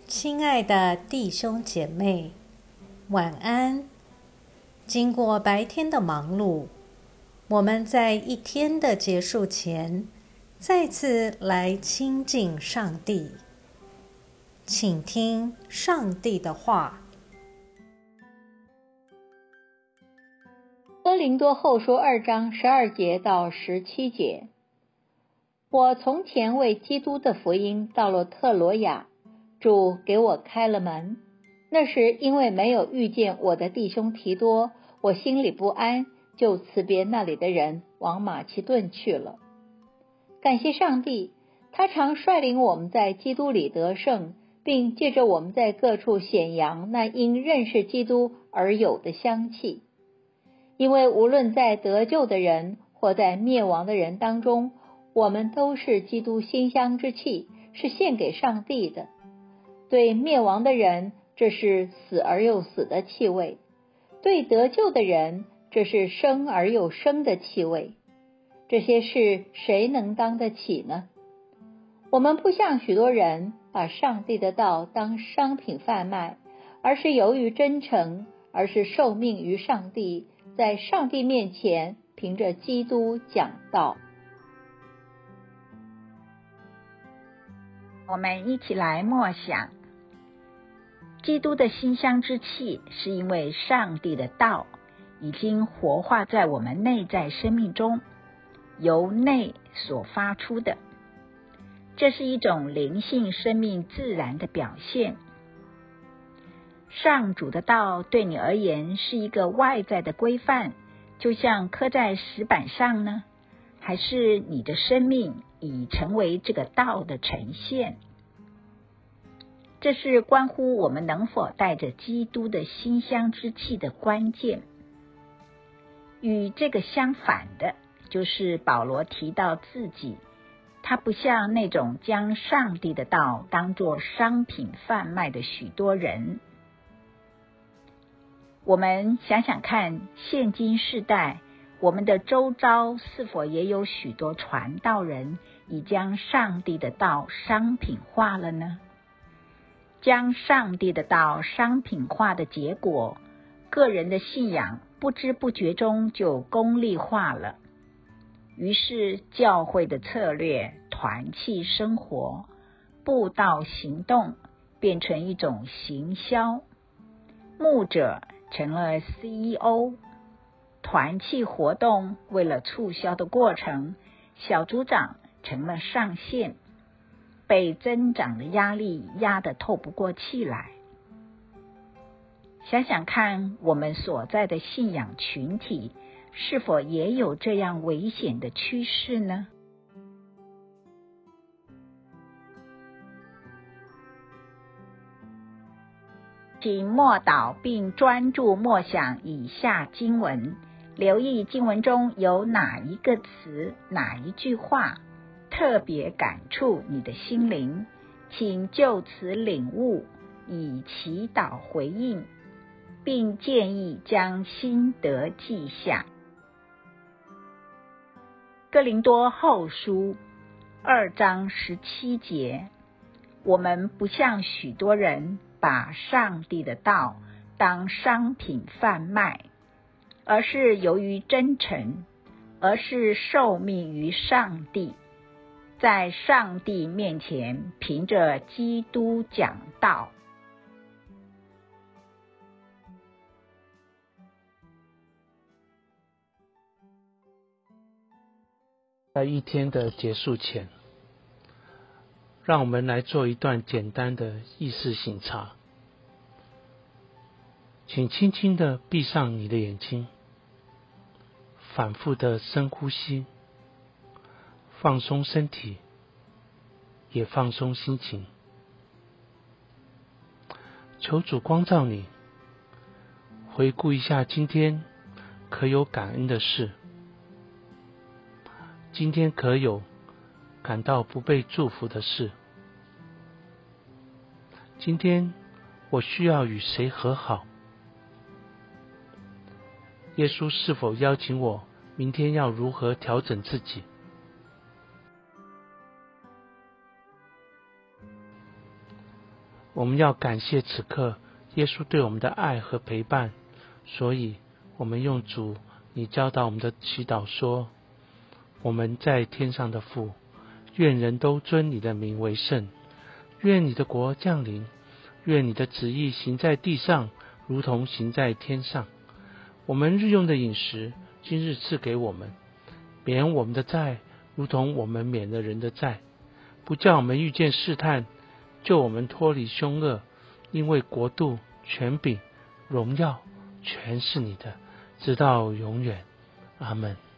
亲爱的弟兄姐妹，晚安。经过白天的忙碌，我们在一天的结束前，再次来亲近上帝。请听上帝的话。 哥林多后书2章12节到17节，我从前为基督的福音到了特罗亚，主给我开了门。那时因为没有遇见我的弟兄提多，我心里不安，就辞别那里的人，往马其顿去了。感谢上帝，他常率领我们在基督里得胜，并借着我们在各处显扬那因认识基督而有的香气。因为无论在得救的人或在灭亡的人当中，我们都是基督馨香之气，是献给上帝的。对灭亡的人，这是死而又死的气味；对得救的人，这是生而又生的气味。这些事谁能当得起呢？我们不像许多人把上帝的道当商品贩卖，而是由于真诚，而是受命于上帝，在上帝面前凭着基督讲道。 我们一起来默想，基督的馨香之气是因为上帝的道已经活化在我们内在生命中，由内所发出的。这是一种灵性生命自然的表现。上主的道对你而言是一个外在的规范，就像刻在石板上呢？还是你的生命已成为这个道的呈现？这是关乎我们能否带着基督的馨香之气的关键。与这个相反的，就是保罗提到自己，他不像那种将上帝的道当作商品贩卖的许多人。我们想想看，现今世代，我们的周遭是否也有许多传道人已将上帝的道商品化了呢？将上帝的道商品化的结果，个人的信仰不知不觉中就功利化了。于是教会的策略、团契生活、布道行动变成一种行销，牧者成了 CEO， 团契活动为了促销的过程，小组长成了上线，被增长的压力压得透不过气来。想想看，我们所在的信仰群体是否也有这样危险的趋势呢？请默祷并专注默想以下经文，留意经文中有哪一个词、哪一句话特别感触你的心灵，请就此领悟，以祈祷回应，并建议将心得记下。哥林多后书2章17节，我们不像许多人把上帝的道当商品贩卖，而是由于真诚，而是受命于上帝，在上帝面前凭着基督讲道。 在一天的结束前，让我们来做一段简单的意识省察。请轻轻地闭上你的眼睛，反复的深呼吸，放松身体，也放松心情。求主光照你，回顾一下今天可有感恩的事，今天可有感到不被祝福的事，今天我需要与谁和好？耶稣是否邀请我明天要如何调整自己？ 我们要感谢此刻耶稣对我们的爱和陪伴，所以我们用主你教导我们的祈祷说：我们在天上的父，愿人都尊你的名为圣，愿你的国降临，愿你的旨意行在地上，如同行在天上。我们日用的饮食，今日赐给我们，免我们的债，如同我们免了人的债，不叫我们遇见试探，救我们脱离凶恶。因为国度、权柄、荣耀，全是你的，直到永远。阿们。